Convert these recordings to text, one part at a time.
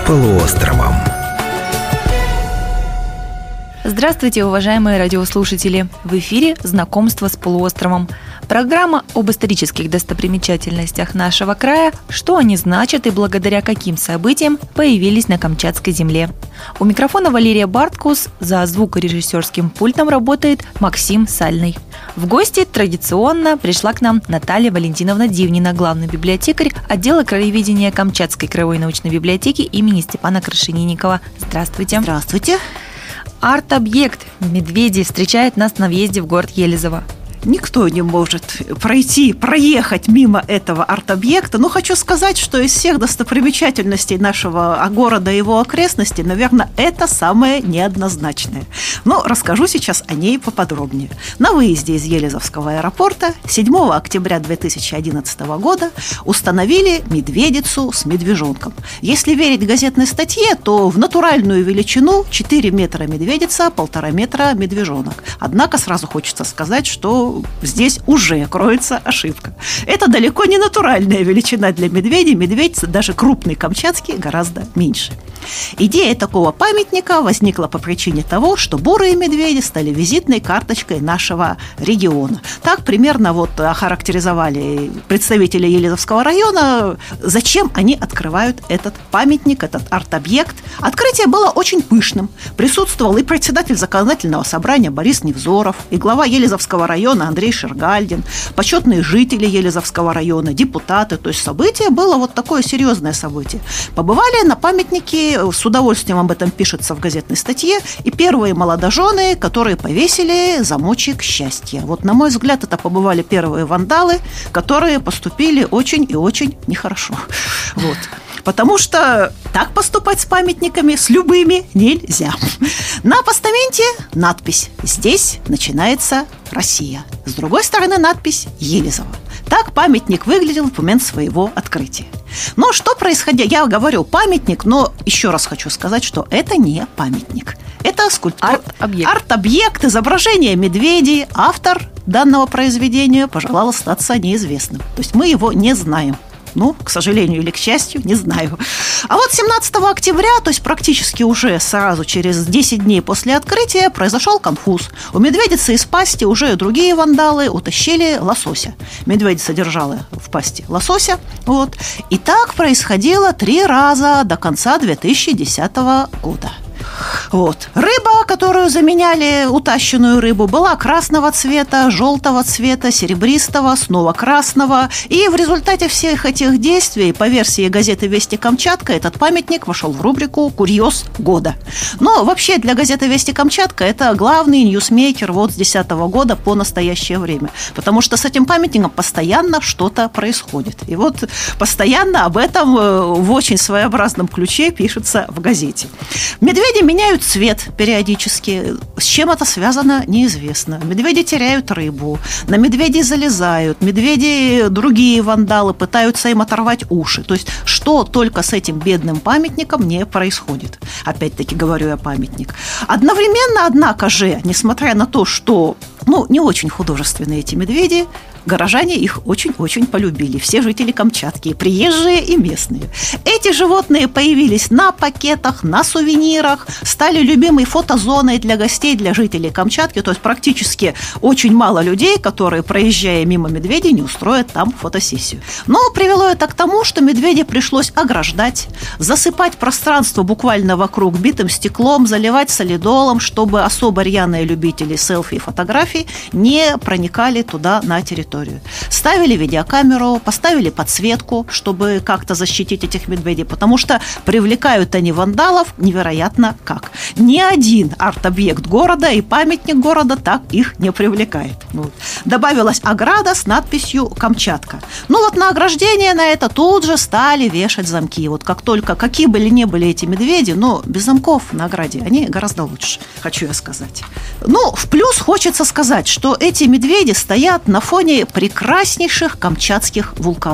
полуостровом. Здравствуйте, уважаемые радиослушатели! В эфире «Знакомство с полуостровом». Программа об исторических достопримечательностях нашего края, что они значат и благодаря каким событиям появились на Камчатской земле. У микрофона Валерия Барткус, за звукорежиссерским пультом работает Максим Сальный. В гости традиционно пришла к нам Наталья Валентиновна Дивнина, главный библиотекарь отдела краеведения Камчатской краевой научной библиотеки имени Степана Крашенинникова. Здравствуйте! Здравствуйте! Арт-объект «Медведи» встречает нас на въезде в город Елизово. Никто не может проехать мимо этого арт-объекта. Но хочу сказать, что из всех достопримечательностей нашего города и его окрестностей, наверное, это самое неоднозначное. Но расскажу сейчас о ней поподробнее. На выезде из Елизовского аэропорта 7 октября 2011 года установили медведицу с медвежонком. Если верить газетной статье, то в натуральную величину 4 метра медведица, 1,5 метра медвежонок. Однако сразу хочется сказать, что здесь уже кроется ошибка. Это далеко не натуральная величина для медведей. Медведь, даже крупный камчатский, гораздо меньше. Идея такого памятника возникла по причине того, что бурые медведи стали визитной карточкой нашего региона. Так примерно охарактеризовали представители Елизовского района, зачем они открывают этот памятник, этот арт-объект. Открытие было очень пышным. Присутствовал и председатель законодательного собрания Борис Невзоров, и глава Елизовского района Андрей Шергальдин, почетные жители Елизовского района, депутаты. То есть событие было такое серьезное событие. Побывали на памятнике, с удовольствием об этом пишется в газетной статье, и первые молодожены, которые повесили замочек счастья. На мой взгляд, это побывали первые вандалы, которые поступили очень и очень нехорошо. Потому что так поступать с памятниками, с любыми, нельзя. На постаменте надпись «Здесь начинается Россия». С другой стороны надпись «Елизово». Так памятник выглядел в момент своего открытия. Но что происходило? Я говорю памятник, но еще раз хочу сказать, что это не памятник. Это скульптура. Арт-объект, изображение медведей. Автор данного произведения пожелал остаться неизвестным. То есть мы его не знаем. К сожалению или к счастью, не знаю. А 17 октября, то есть практически уже сразу через 10 дней после открытия, произошел конфуз. У медведицы из пасти уже другие вандалы утащили лосося. Медведица держала в пасти лосося. И так происходило 3 раза до конца 2010 года. Рыба, которую заменяли утащенную рыбу, была красного цвета, желтого цвета, серебристого, снова красного. И в результате всех этих действий, по версии газеты «Вести Камчатка», этот памятник вошел в рубрику «Курьез года». Но вообще для газеты «Вести Камчатка» это главный ньюсмейкер с 2010 года по настоящее время. Потому что с этим памятником постоянно что-то происходит. И постоянно об этом в очень своеобразном ключе пишется в газете. Медведи меняют цвет периодически. С чем это связано, неизвестно. Медведи теряют рыбу, на медведей залезают, медведи, другие вандалы пытаются им оторвать уши. То есть, что только с этим бедным памятником не происходит. Опять-таки говорю я памятник. Одновременно, однако же, несмотря на то, что не очень художественные эти медведи, горожане их очень-очень полюбили. Все жители Камчатки, приезжие и местные. Эти животные появились на пакетах, на сувенирах, стали любимой фотозоной для гостей, для жителей Камчатки. То есть практически очень мало людей, которые, проезжая мимо медведей, не устроят там фотосессию. Но привело это к тому, что медведей пришлось ограждать, засыпать пространство буквально вокруг битым стеклом, заливать солидолом, чтобы особо рьяные любители селфи и фотографий не проникали туда на территорию. Ставили видеокамеру, поставили подсветку, чтобы как-то защитить этих медведей, потому что привлекают они вандалов невероятно как. Ни один арт-объект города и памятник города так их не привлекает. Добавилась ограда с надписью «Камчатка». На ограждение на это тут же стали вешать замки. Как только, какие бы ни были эти медведи, но без замков на ограде они гораздо лучше, хочу я сказать. В плюс хочется сказать, что эти медведи стоят на фоне прекраснейших камчатских вулканов.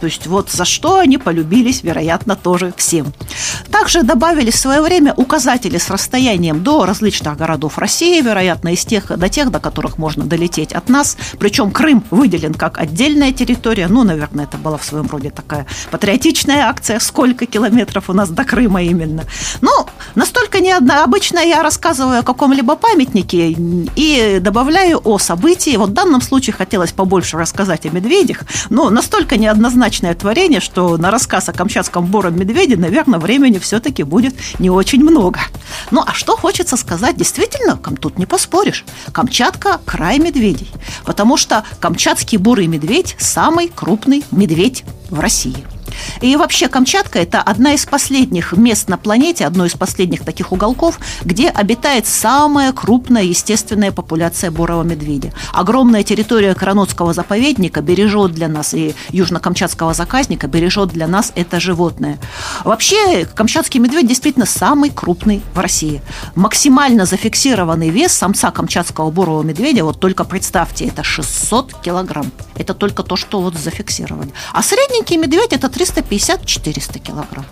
То есть вот за что они полюбились, вероятно, тоже всем. Также добавили в свое время указатели с расстоянием до различных городов России, вероятно, до тех, до которых можно долететь от нас. Причем Крым выделен как отдельная территория. Ну, наверное, это была в своем роде такая патриотичная акция. Сколько километров у нас до Крыма именно. Но настолько обычно я рассказываю о каком-либо памятнике и добавляю о событии. Вот в данном случае хотелось побольше рассказать о медведях, но настолько неоднозначное творение, что на рассказ о камчатском буром медведе, наверное, времени все-таки будет не очень много. Ну, а что хочется сказать? Действительно, тут не поспоришь. Камчатка – край медведей, потому что камчатский бурый медведь – самый крупный медведь в России. И вообще Камчатка – это одна из последних мест на планете, одно из последних таких уголков, где обитает самая крупная естественная популяция бурого медведя. Огромная территория Коронотского заповедника бережет для нас, и Южно-Камчатского заказника бережет для нас это животное. Вообще камчатский медведь действительно самый крупный в России. Максимально зафиксированный вес самца камчатского бурого медведя, вот только представьте, это 600 килограмм. Это только то, что вот зафиксировали. А средненький медведь – это 350-400 килограмм.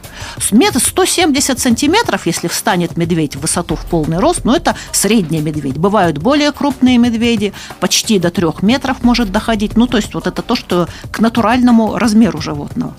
170 сантиметров, если встанет медведь в высоту в полный рост, но это средний медведь. Бывают более крупные медведи, почти до 3 метров может доходить. Ну, то есть вот это то, что к натуральному размеру животного.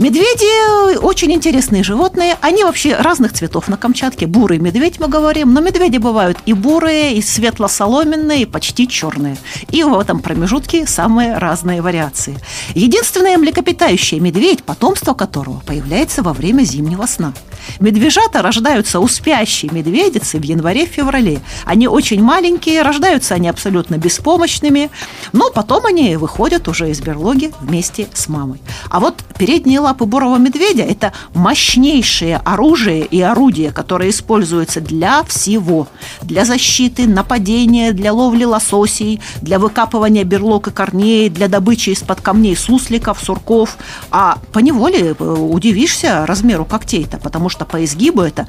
Медведи очень интересные животные. Они вообще разных цветов на Камчатке. Бурый медведь мы говорим, но медведи бывают и бурые, и светло-соломенные, и почти черные. И в этом промежутке самые разные вариации. Единственное млекопитающее медведь, потомство которого появляется во время зимнего сна. Медвежата рождаются у спящей медведицы в январе-феврале. Они очень маленькие, рождаются они абсолютно беспомощными, но потом они выходят уже из берлоги вместе с мамой. А вот передние лапы бурого медведя – это мощнейшее оружие и орудие, которое используется для всего. Для защиты, нападения, для ловли лососей, для выкапывания берлог и корней, для добычи из-под камней сусликов, сурков. А поневоле удивишься размеру когтей-то, потому что по изгибу это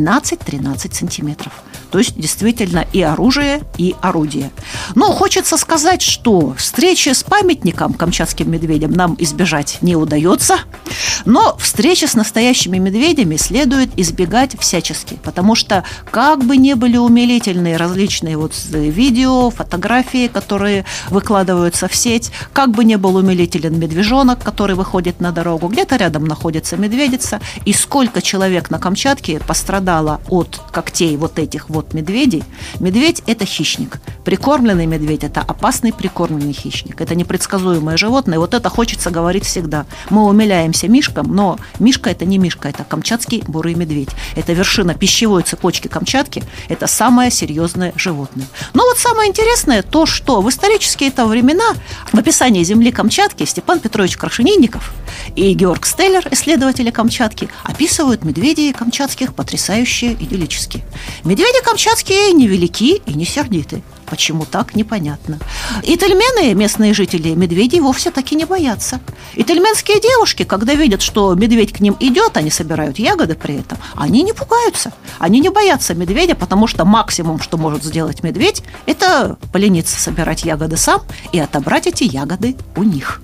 12-13 сантиметров. То есть действительно и оружие, и орудие. Но хочется сказать, что встречи с памятником камчатским медведям нам избежать не удается, но встречи с настоящими медведями следует избегать всячески, потому что как бы ни были умилительные различные вот видео, фотографии, которые выкладываются в сеть, как бы ни был умилителен медвежонок, который выходит на дорогу, где-то рядом находится медведица, и сколько человек на Камчатке пострадало от когтей вот этих вот медведей. Медведь – это хищник. Прикормленный медведь – это опасный прикормленный хищник. Это непредсказуемое животное. Вот это хочется говорить всегда. Мы умиляемся мишкам, но мишка – это не мишка, это камчатский бурый медведь. Это вершина пищевой цепочки Камчатки. Это самое серьезное животное. Но вот самое интересное то, что в исторические-то времена в описании земли Камчатки Степан Петрович Крашенинников и Георг Стеллер, исследователи Камчатки, описывают медведей камчатских потрясающе идиллически. Медведи камчатские невелики и не сердиты. Почему так, непонятно. Ительмены, местные жители, медведей вовсе таки не боятся. Ительменские девушки, когда видят, что медведь к ним идет, они собирают ягоды при этом, они не пугаются. Они не боятся медведя, потому что максимум, что может сделать медведь, это полениться собирать ягоды сам и отобрать эти ягоды у них.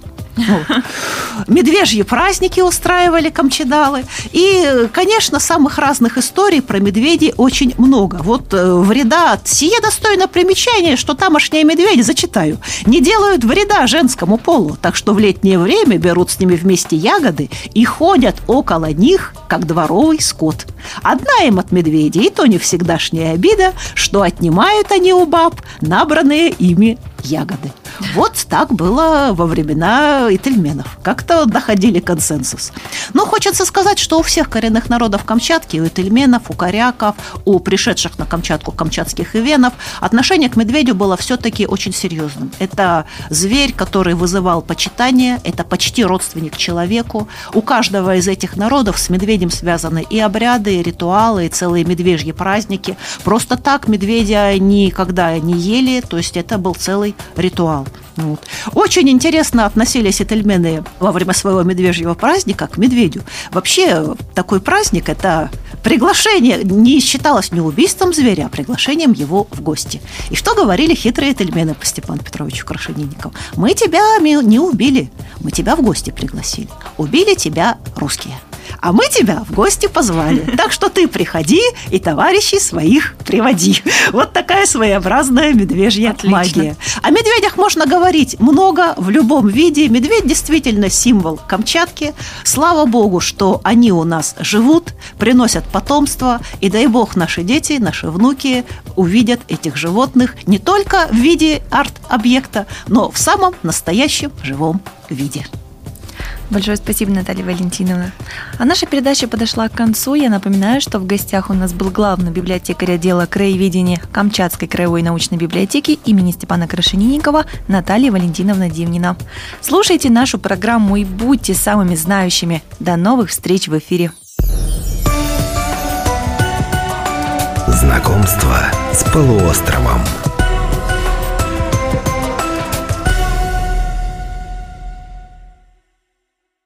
Медвежьи праздники устраивали камчедалы. И, конечно, самых разных историй про медведей очень много. Вот вреда, сие достойно примечания, что тамошние медведи, зачитаю, не делают вреда женскому полу, так что в летнее время берут с ними вместе ягоды и ходят около них, как дворовый скот. Одна им от медведей, и то не всегдашняя обида, что отнимают они у баб набранные ими ягоды. Вот так было во времена ительменов. Как-то доходили консенсус. Но хочется сказать, что у всех коренных народов Камчатки, у ительменов, у коряков, у пришедших на Камчатку камчатских ивенов, отношение к медведю было все-таки очень серьезным. Это зверь, который вызывал почитание, это почти родственник человеку. У каждого из этих народов с медведем связаны и обряды, и ритуалы, и целые медвежьи праздники. Просто так медведя никогда не ели, то есть это был целый ритуал. Вот. Очень интересно относились ительмены во время своего медвежьего праздника к медведю. Вообще, такой праздник – это приглашение, не считалось не убийством зверя, а приглашением его в гости. И что говорили хитрые ительмены по Степану Петровичу Крашенинникову? Мы тебя не убили, мы тебя в гости пригласили. Убили тебя русские. А мы тебя в гости позвали. Так что ты приходи и товарищей своих приводи. Вот такая своеобразная медвежья магия. О медведях можно говорить много, в любом виде. Медведь действительно символ Камчатки. Слава Богу, что они у нас живут, приносят потомство. И дай Бог, наши дети, наши внуки увидят этих животных не только в виде арт-объекта, но в самом настоящем живом виде. Большое спасибо, Наталья Валентиновна. А наша передача подошла к концу. Я напоминаю, что в гостях у нас был главный библиотекарь отдела краеведения Камчатской краевой научной библиотеки имени Степана Крашенинникова Наталья Валентиновна Дивнина. Слушайте нашу программу и будьте самыми знающими. До новых встреч в эфире. Знакомство с полуостровом.